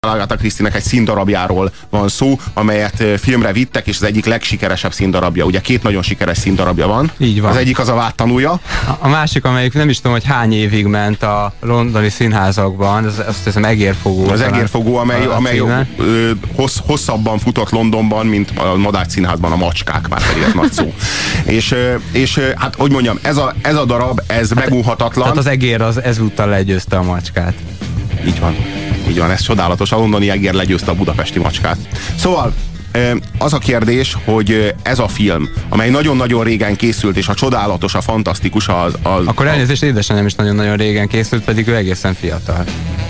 Agatha Christie-nek egy színdarabjáról van szó, amelyet filmre vittek, és az egyik legsikeresebb színdarabja. Ugye két nagyon sikeres színdarabja van. Így van. Az egyik az a Vádtanúja. A másik, amelyik nem is tudom, hogy hány évig ment a londoni színházakban, azt hiszem Egérfogó. Az Egérfogó, amely hosszabban futott Londonban, mint a Madách Színházban a Macskák, már pedig ez nagy szó. és hát, hogy mondjam, ez a darab, ez megunhatatlan. Tehát az Egér az ezúttal legyőzte a Macskát. Így van. Így van, ez csodálatos. A londoni Egér legyőzte a budapesti Macskát. Szóval az a kérdés, hogy ez a film, amely nagyon-nagyon régen készült, és a csodálatos, a fantasztikus az... Akkor elnézést, édesanyám is nagyon-nagyon régen készült, pedig ő egészen fiatal.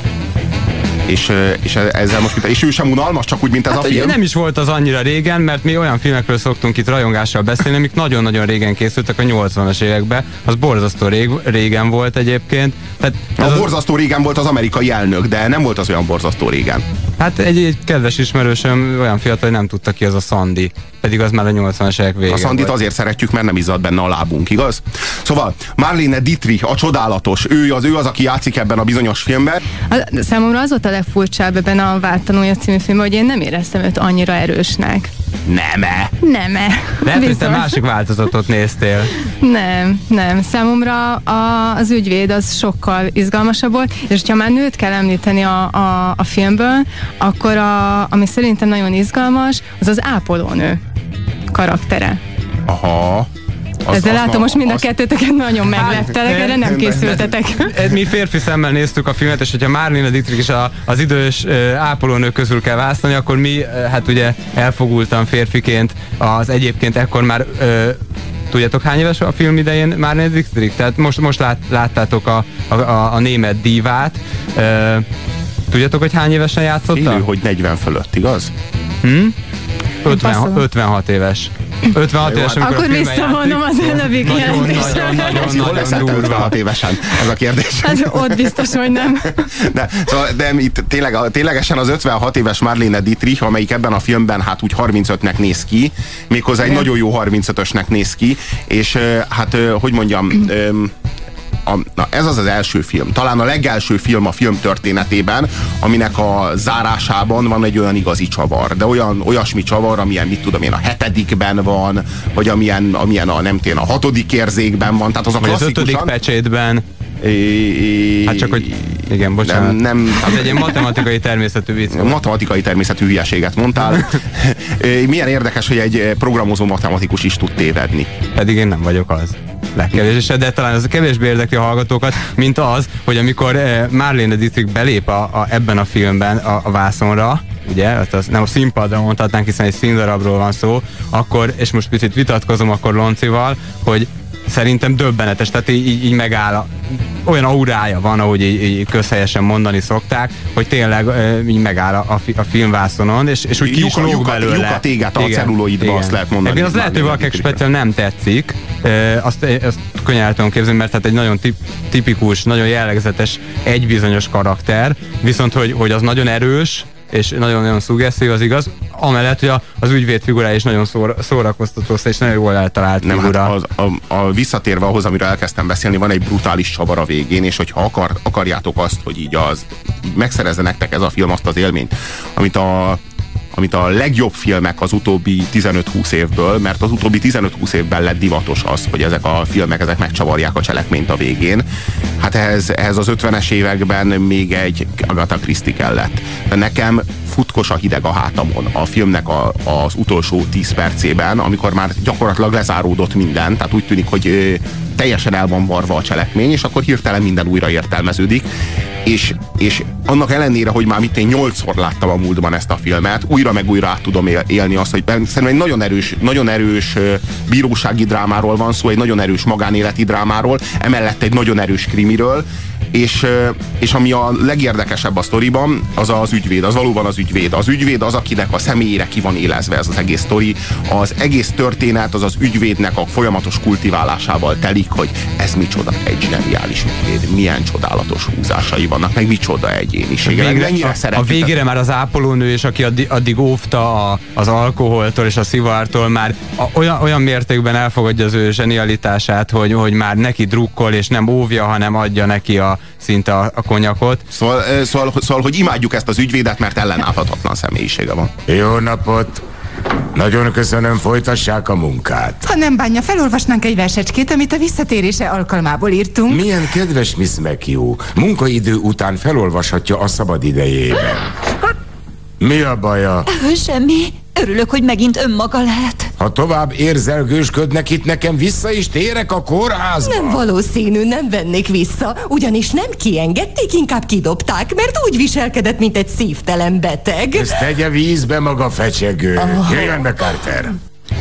És ezzel most, és ő sem unalmas, csak úgy, mint ez a film? Nem is volt az annyira régen, mert mi olyan filmekről szoktunk itt rajongással beszélni, amik nagyon-nagyon régen készültek a 80-as években. Az borzasztó régen volt egyébként. Tehát borzasztó régen volt az amerikai elnök, de nem volt az olyan borzasztó régen. Hát egy kedves ismerősöm olyan fiatal, hogy nem tudta ki az a Sandy. Pedig az már a 80-as évek végén. A Sandit azért szeretjük, mert nem izzad benne a lábunk, igaz? Szóval Marlene Dietrich, a csodálatos, ő az, aki játszik ebben a bizonyos filmben. Számomra az volt a legfurcsább ebben a Vádtanúja című filmben, hogy én nem éreztem őt annyira erősnek. Nem-e? Lehet, hogy te másik változatot néztél. Nem. Számomra az ügyvéd az sokkal izgalmasabb volt, és ha már nőt kell említeni a filmből, akkor ami szerintem nagyon izgalmas, az az ápolónő karaktere. Aha. Ezzel látom, most mind a kettőteket nagyon megleptelek, erre nem készültetek. Mi férfi szemmel néztük a filmet, és hogyha Marlene Dietrich is az idős ápolónő közül kell választani, akkor mi, hát ugye elfogultan férfiként az egyébként ekkor már... Tudjátok, hány éves a film idején Marlene Dietrich? Tehát most láttátok a német dívát. Tudjátok, hogy hány évesen játszotta? Élő, hogy 40 fölött, igaz? 56 éves. 56 éves, amikor akkor visszavonom az előbbi kérdést. Hol lesz 56 évesen? Ez a kérdés. Hát ott biztos, hogy nem. De itt ténylegesen az 56 éves Marlene Dietrich, amelyik ebben a filmben hát úgy 35-nek néz ki, méghozzá egy nagyon jó 35-ösnek néz ki, és hát, hogy mondjam... ez az első film, talán a legelső film a film történetében, aminek a zárásában van egy olyan igazi csavar, de olyasmi csavar, amilyen, mit tudom én, a 7-ben van, vagy amilyen a 6. érzékben van, tehát az a klasszikusan... Az 5. pecsétben. Hát csak, hogy igen, bocsánat. Nem. Az egy ilyen matematikai természetű vicc. Matematikai természetű hülyeséget mondtál. Milyen érdekes, hogy egy programozó matematikus is tud tévedni. Pedig én nem vagyok az. Legkevésbé, de talán ez kevésbé érdekli a hallgatókat, mint az, hogy amikor Marlene Dietrich belép ebben a filmben a vászonra, ugye, azt nem a színpadra mondhatnánk, hiszen egy színdarabról van szó, akkor, és most picit vitatkozom akkor Loncival, hogy szerintem döbbenetes, tehát így megáll, olyan aurája van, ahogy így közhelyesen mondani szokták, hogy tényleg így megáll a filmvászonon, és úgy ki is lóg belőle. Lyukat éget a celluloidba, azt lehet mondani. Az lehet, hogy valakinek speciál nem tetszik, azt könnyen el tudom képzelni, mert hát egy nagyon tipikus, nagyon jellegzetes egybizonyos karakter, viszont hogy az nagyon erős, és nagyon-nagyon szuggesztív, az igaz. Amellett, hogy az ügyvéd figurája is nagyon szórakoztató, és nagyon jól eltalált figura. Hát visszatérve ahhoz, amiről elkezdtem beszélni, van egy brutális csavar a végén, és hogyha akarjátok azt, hogy így megszerezze nektek ez a film azt az élményt, amit a legjobb filmek az utóbbi 15-20 évből, mert az utóbbi 15-20 évben lett divatos az, hogy ezek a filmek ezek megcsavarják a cselekményt a végén. Hát ehhez az 50-es években még egy Agatha Christie kellett. De nekem futkos a hideg a hátamon a filmnek az utolsó 10 percében, amikor már gyakorlatilag lezáródott minden, tehát úgy tűnik, hogy teljesen el van varva a cselekmény, és akkor hirtelen minden újra értelmeződik. És annak ellenére, hogy már én 8-szor láttam a múltban ezt a filmet, újra meg újra át tudom élni azt, hogy szerintem egy nagyon erős bírósági drámáról van szó, egy nagyon erős magánéleti drámáról, emellett egy nagyon erős krimiről, és ami a legérdekesebb a sztoriban, az az ügyvéd, az valóban az ügyvéd. Az ügyvéd az, akinek a személyére ki van élezve ez az egész sztori. Az egész történet az ügyvédnek a folyamatos kultiválásával telik, hogy ez micsoda egy zseniális ügyvéd, milyen csodálatos húzásai vannak, meg micsoda egyénisége. A végére már az ápolónő, és aki addig óvta az alkoholtól és a szivartól, már olyan mértékben elfogadja az ő zsenialitását, hogy már neki drukkol, és nem óvja, hanem adja neki a szinte a konyakot. Szóval, hogy imádjuk ezt az ügyvédet, mert ellenállhatatlan személyisége van. Jó napot! Nagyon köszönöm, folytassák a munkát. Ha nem bánja, felolvasnánk egy versecskét, amit a visszatérése alkalmából írtunk. Milyen kedves Miss McHugh, munkaidő után felolvashatja a szabad idejében. Mi a baja? Semmi. Örülök, hogy megint önmaga lehet. Ha tovább érzelgősködnek itt, nekem vissza is térek a kórházba. Nem valószínű, nem vennék vissza, ugyanis nem kiengedték, inkább kidobták, mert úgy viselkedett, mint egy szívtelen beteg. Ezt tegye vízbe maga fecsegő. Jöjjön be, Carter.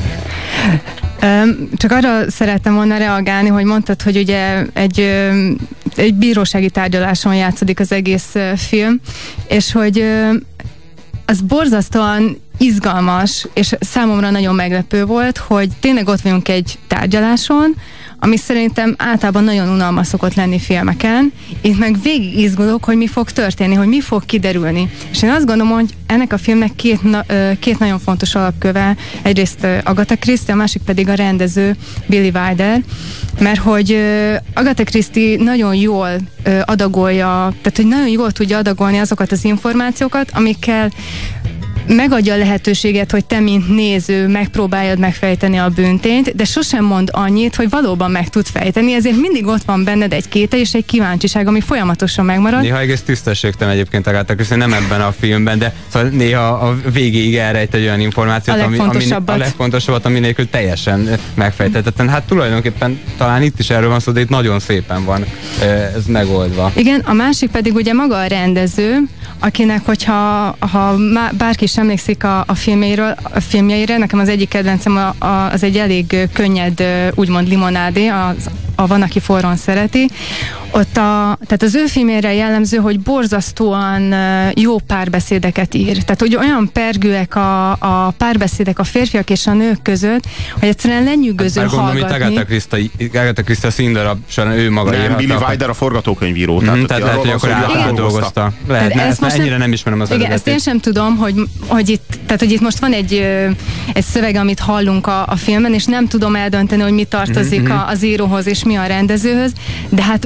Csak arra szerettem volna reagálni, hogy mondtad, hogy ugye egy bírósági tárgyaláson játszódik az egész film, és hogy az borzasztóan izgalmas, és számomra nagyon meglepő volt, hogy tényleg ott vagyunk egy tárgyaláson, ami szerintem általában nagyon unalmas szokott lenni filmeken. Itt meg végig izgulok, hogy mi fog történni, hogy mi fog kiderülni. És én azt gondolom, hogy ennek a filmnek két nagyon fontos alapköve. Egyrészt Agatha Christie, a másik pedig a rendező Billy Wilder, mert hogy Agatha Christie nagyon jól adagolja, tehát hogy nagyon jól tudja adagolni azokat az információkat, amikkel megadja a lehetőséget, hogy te, mint néző, megpróbáljad megfejteni a bűntényt, de sosem mond annyit, hogy valóban meg tud fejteni, ezért mindig ott van benned egy kételj és egy kíváncsiság, ami folyamatosan megmarad. Néha egész tisztességtelen egyébként Agatha Christie, nem ebben a filmben, de szóval néha a végéig elrejt egy olyan információt, a legfontosabbat, ami nélkül teljesen megfejtetetlen. Hát tulajdonképpen talán itt is erről van szó, de itt nagyon szépen van ez megoldva. Igen, a másik pedig ugye maga a rendező, akinek, hogyha bárki is emlékszik a filmjeire, nekem az egyik kedvencem az egy elég könnyed, úgymond limonádé, Van, aki forron szereti. Ott tehát az ő filmére jellemző, hogy borzasztóan jó párbeszédeket ír. Tehát, hogy olyan pergőek a párbeszédek a férfiak és a nők között, hogy egyszerűen lenyűgöző hallgatni. Agatha Christie a színdarab során ő maga írhatta. Nem, Billy Wilder a forgatókönyvíró. Tehát lehet, hogy akkor átdolgozta. Lehet, ezt ennyire nem ismerem az eredetit. Ezt én sem tudom, hogy itt most van egy szöveg, amit hallunk a filmben, és nem tudom eldönteni, hogy mi tartozik az íróhoz és mi a rendezőhöz, de hát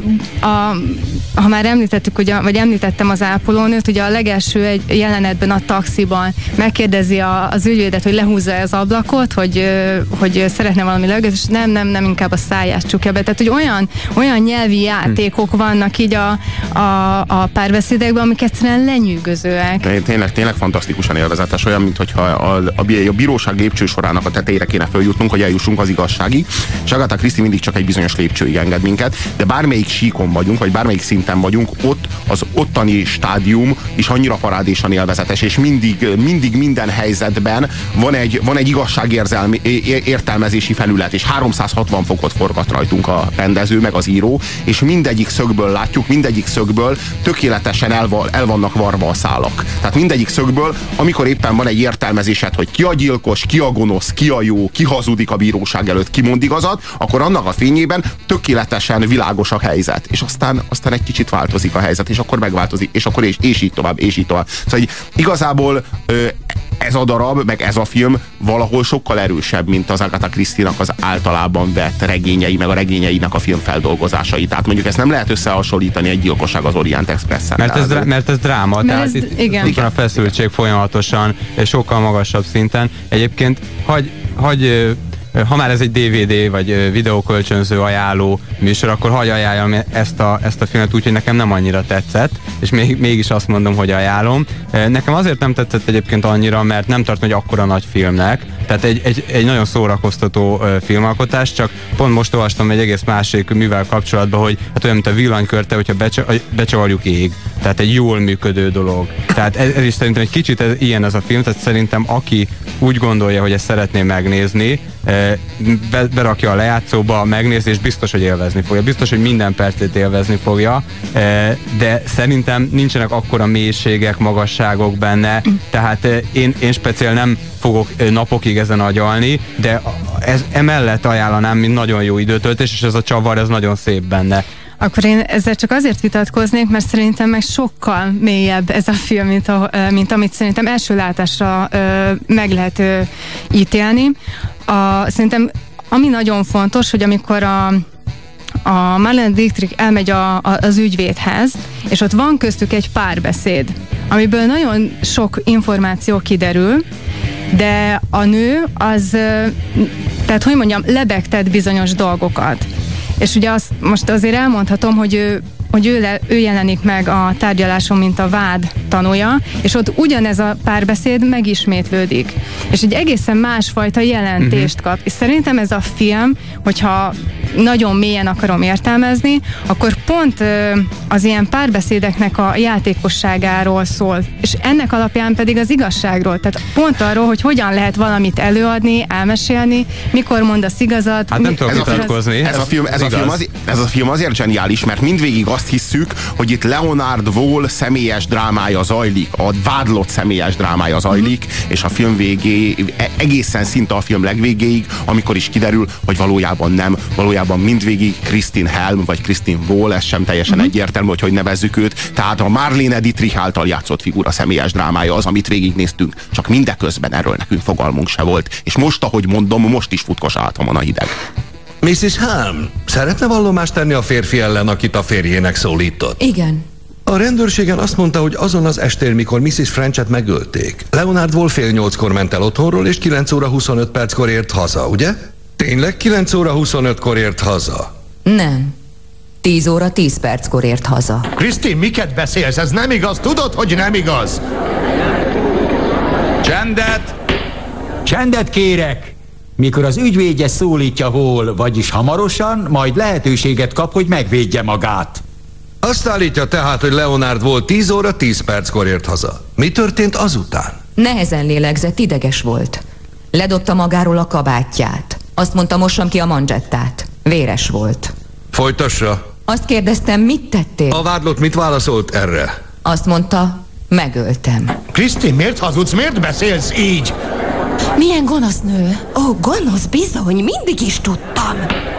ha már említettük, vagy említettem az ápolónőt, ugye a legelső egy jelenetben a taxiban megkérdezi az ügyvédet, hogy lehúzza az ablakot, hogy szeretne valami levegőt, és nem, inkább a száját csukja be. Tehát, hogy olyan nyelvi játékok vannak így a párbeszédekben, amik egyszerűen lenyűgözőek. Tényleg fantasztikusan élvezetes, olyan, mintha a bíróság lépcsősorának a tetejére kéne följutnunk, hogy eljussunk az igazságig, és Agatha Christie mindig csak egy bizonyos lépcsőig enged minket, de bármelyik síkon vagyunk, vagy bármelyik szinten vagyunk, ott az ottani stádium is annyira parádésan élvezetes, és mindig minden helyzetben van egy értelmezési felület, és 360 fokot forgat rajtunk a rendező, meg az író, és mindegyik szögből látjuk, mindegyik szögből tökéletesen el vannak varva a szálak. Tehát mindegyik szögből, amikor éppen van egy értelmezésed, hogy ki a gyilkos, ki a gonosz, ki a jó, ki hazudik a bíróság előtt, ki mond igazat, akkor annak a fényében tökéletesen világos a helyzet. És aztán egy kicsit változik a helyzet, és akkor megváltozik, és akkor és így tovább, és így tovább. Szóval igazából ez a darab, meg ez a film valahol sokkal erősebb, mint az Agatha Christie-nak az általában vett regényei, meg a regényeinek a filmfeldolgozásai. Tehát mondjuk ezt nem lehet összehasonlítani egy Gyilkosság az Orient Expressen. Mert ez dráma, tehát itt van a feszültség folyamatosan, sokkal magasabb szinten. Egyébként ha már ez egy DVD vagy videókölcsönző ajánló műsor, akkor hagyj ajánljam ezt a filmet úgy, hogy nekem nem annyira tetszett, és mégis azt mondom, hogy ajánlom. Nekem azért nem tetszett egyébként annyira, mert nem tartom, hogy akkora nagy filmnek, tehát egy nagyon szórakoztató filmalkotás, csak pont most olvastam egy egész másik művel kapcsolatban, hogy hát olyan, mint a villanykörte, hogyha becsavarjuk ég. Tehát egy jól működő dolog. Tehát ez is szerintem egy kicsit ilyen ez a film, tehát szerintem aki úgy gondolja, hogy ezt szeretné megnézni, berakja a lejátszóba, megnézi, és biztos, hogy élvezni fogja. Biztos, hogy minden percét élvezni fogja, de szerintem nincsenek akkora mélységek, magasságok benne, tehát én speciál nem fogok napokig ezen agyalni, de emellett ajánlanám, mint nagyon jó időtöltés, és ez a csavar, ez nagyon szép benne. Akkor én ezzel csak azért vitatkoznék, mert szerintem meg sokkal mélyebb ez a film, mint amit szerintem első látásra meg lehet ítélni. Szerintem ami nagyon fontos, hogy amikor a Marlene Dietrich elmegy az ügyvédhez, és ott van köztük egy párbeszéd, amiből nagyon sok információ kiderül, de a nő az, tehát hogy mondjam, lebegtet bizonyos dolgokat. És ugye azt most azért elmondhatom, hogy ő jelenik meg a tárgyaláson, mint a vád tanúja, és ott ugyanez a párbeszéd megismétlődik. És egy egészen másfajta jelentést kap. És szerintem ez a film, hogyha nagyon mélyen akarom értelmezni, akkor pont az ilyen párbeszédeknek a játékosságáról szól. És ennek alapján pedig az igazságról. Tehát pont arról, hogy hogyan lehet valamit előadni, elmesélni, mikor mondasz igazat. Hát nem tudok vitatkozni. Ez a film azért zseniális, mert mindvégig azt hisszük, hogy itt Leonard Wohl személyes drámája zajlik, a vádlott személyes drámája zajlik, és a film egészen szinte a film legvégéig, amikor is kiderül, hogy valójában nem, valójában mindvégig Kristin Helm, vagy Kristin Wohl, ez sem teljesen egyértelmű, hogy nevezzük őt, tehát a Marlene Dietrich által játszott figura személyes drámája az, amit végignéztünk, csak mindeközben erről nekünk fogalmunk se volt, és most, ahogy mondom, most is futkos államon a hideg. Mrs. Helm, szeretne vallomást tenni a férfi ellen, akit a férjének szólított? Igen. A rendőrségen azt mondta, hogy azon az estén, mikor Mrs. Frenchet megölték, Leonard Wohl 7:30-kor ment el otthonról, és 9 óra 25 perckor ért haza, ugye? Tényleg 9 óra 25-kor ért haza? Nem. 10 óra 10 perckor ért haza. Krisztin, miket beszélsz? Ez nem igaz, tudod, hogy nem igaz? Csendet! Csendet kérek! Mikor az ügyvédje szólítja Wohl, vagyis hamarosan, majd lehetőséget kap, hogy megvédje magát. Azt állítja tehát, hogy Leonard Wohl 10 óra 10 perckor ért haza. Mi történt azután? Nehezen lélegzett, ideges volt. Ledobta magáról a kabátját. Azt mondta, mossam ki a manzsettát. Véres volt. Folytassa. Azt kérdeztem, mit tettél? A vádlott mit válaszolt erre? Azt mondta, megöltem. Krisztin, miért hazudsz? Miért beszélsz így? Milyen gonosz nő? Ó, gonosz bizony, mindig is tudtam.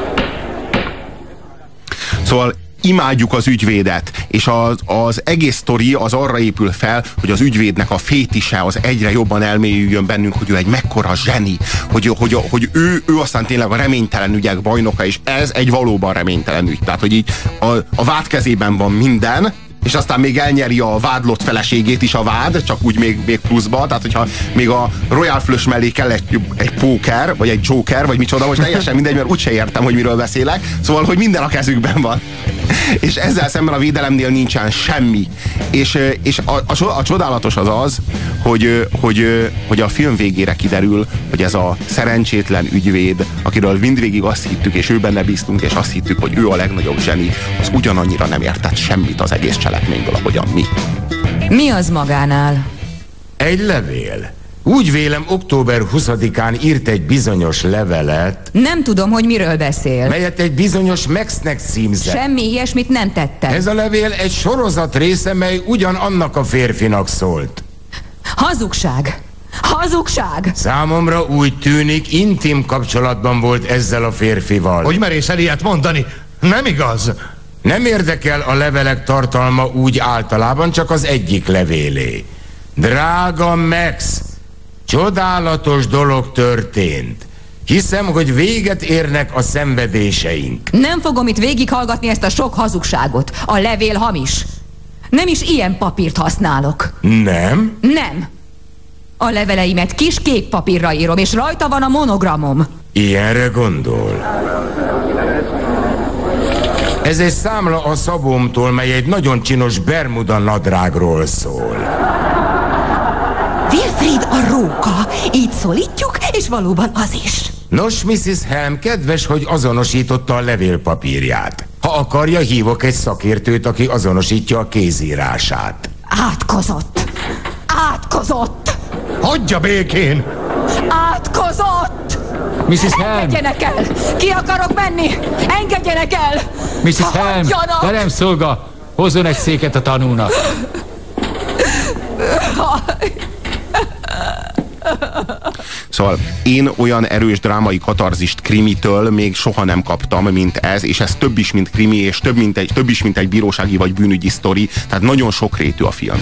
Szóval imádjuk az ügyvédet, és az egész sztori az arra épül fel, hogy az ügyvédnek a fétise az egyre jobban elmélyüljön bennünk, hogy ő egy mekkora zseni, hogy ő aztán tényleg a reménytelen ügyek bajnoka, és ez egy valóban reménytelen ügy. Tehát, hogy így a vád kezében van minden, és aztán még elnyeri a vádlott feleségét is a vád, csak úgy még pluszba, tehát hogyha még a Royal Flush mellé kell egy póker, vagy egy joker, vagy micsoda, most teljesen mindegy, mert úgyse értem, hogy miről beszélek, szóval, hogy minden a kezükben van. És ezzel szemben a védelemnél nincsen semmi. És a csodálatos az, hogy a film végére kiderül, hogy ez a szerencsétlen ügyvéd, akiről mindvégig azt hittük, és ő benne bíztunk, és azt hittük, hogy ő a legnagyobb zseni, az ugyanannyira nem értett semmit az egész cselekményből, ahogyan mi. Mi az magánál? Egy levél. Úgy vélem, október 20-án írt egy bizonyos levelet. Nem tudom, hogy miről beszél. Melyet egy bizonyos Maxnek címzett. Semmi ilyesmit nem tettem. Ez a levél egy sorozat része, mely ugyanannak a férfinak szólt. Hazugság! Hazugság! Számomra úgy tűnik, intim kapcsolatban volt ezzel a férfival. Hogy merészel ilyet mondani? Nem igaz. Nem érdekel a levelek tartalma úgy általában, csak az egyik levélé. Drága Max, csodálatos dolog történt. Hiszem, hogy véget érnek a szenvedéseink. Nem fogom itt végighallgatni ezt a sok hazugságot. A levél hamis. Nem is ilyen papírt használok. Nem? Nem. A leveleimet kis kék papírra írom, és rajta van a monogramom. Ilyenre gondol. Ez egy számla a Szabómtól, mely egy nagyon csinos bermuda nadrágról szól. Wilfried a róka. Így szólítjuk, és valóban az is. Nos, Mrs. Helm, kedves, hogy azonosította a levélpapírját. Ha akarja, hívok egy szakértőt, aki azonosítja a kézírását. Átkozott. Átkozott. Hagyja békén. Átkozott. Mrs. Helm! Engedjenek el! Ki akarok menni! Engedjenek el! Mrs. Helm! De nem szolga! Hozzon egy széket a tanúnak! Szóval én olyan erős drámai katarzist krimitől még soha nem kaptam, mint ez, és ez több is, mint krimi, és több is, mint egy bírósági vagy bűnügyi sztori, tehát nagyon sokrétű a film.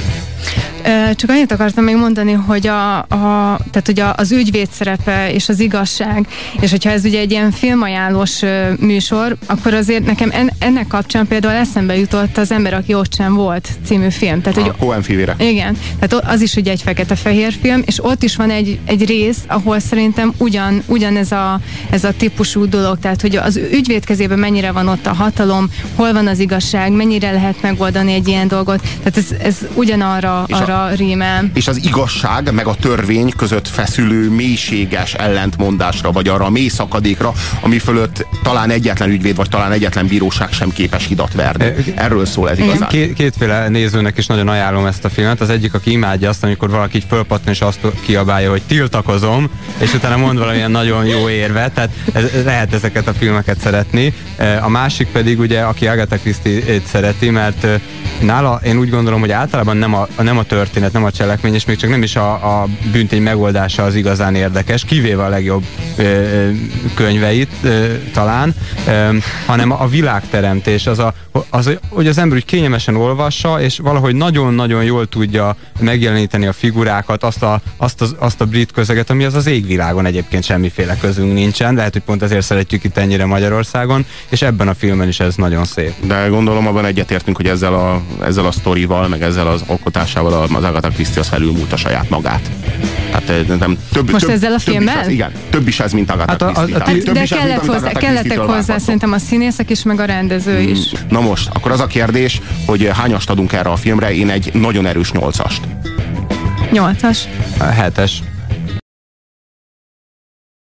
Csak annyit akartam még mondani, hogy, tehát, hogy az ügyvéd szerepe és az igazság, és hogyha ez ugye egy ilyen filmajánlós műsor, akkor azért nekem ennek kapcsán például eszembe jutott Az ember, aki ott sem volt című film. Tehát, hogy Coen fivérek. Igen, tehát az is ugye egy fekete-fehér film, és ott is van egy rész, ahol szerintem ugyan ez a típusú dolog, tehát hogy az ügyvéd kezében mennyire van ott a hatalom, hol van az igazság, mennyire lehet megoldani egy ilyen dolgot, tehát ez ugyanarra rímel. És az igazság meg a törvény között feszülő mélységes ellentmondásra, vagy arra a mély szakadékra, ami fölött talán egyetlen ügyvéd, vagy talán egyetlen bíróság sem képes hidat verni. Erről szól ez igazán. Kétféle nézőnek is nagyon ajánlom ezt a filmet. Az egyik, aki imádja azt, amikor valaki így fölpattan és azt kiabálja, hogy tiltakozom, és utána mond valamilyen nagyon jó érvet, tehát lehet ezeket a filmeket szeretni. A másik pedig ugye, aki Agatha Christie-t szereti, mert nála én úgy gondolom, hogy általában nem a történet, nem a cselekmény, és még csak nem is a bűntény megoldása az igazán érdekes, kivéve a legjobb könyveit talán, hanem a világteremtés, hogy az ember úgy kényelmesen olvassa, és valahogy nagyon-nagyon jól tudja megjeleníteni a figurákat, azt a brit közeget, ami az égvilágon egyébként semmiféle közünk nincsen, lehet, hogy pont ezért szeretjük itt ennyire Magyarországon, és ebben a filmben is ez nagyon szép. De gondolom abban egyetértünk, hogy ezzel a sztorival, meg ezzel az alkotásával az Agatha Christie az felülmúlta saját magát. Hát nem ezzel a filmmel? Igen, több is ez, mint Agatha Christie. De kellettek hozzá szerintem a színészek is, meg a rendező is. Na most, akkor az a kérdés, hogy hányast adunk erre a filmre, én egy nagyon erős 8-ast. 8-as. 7-es.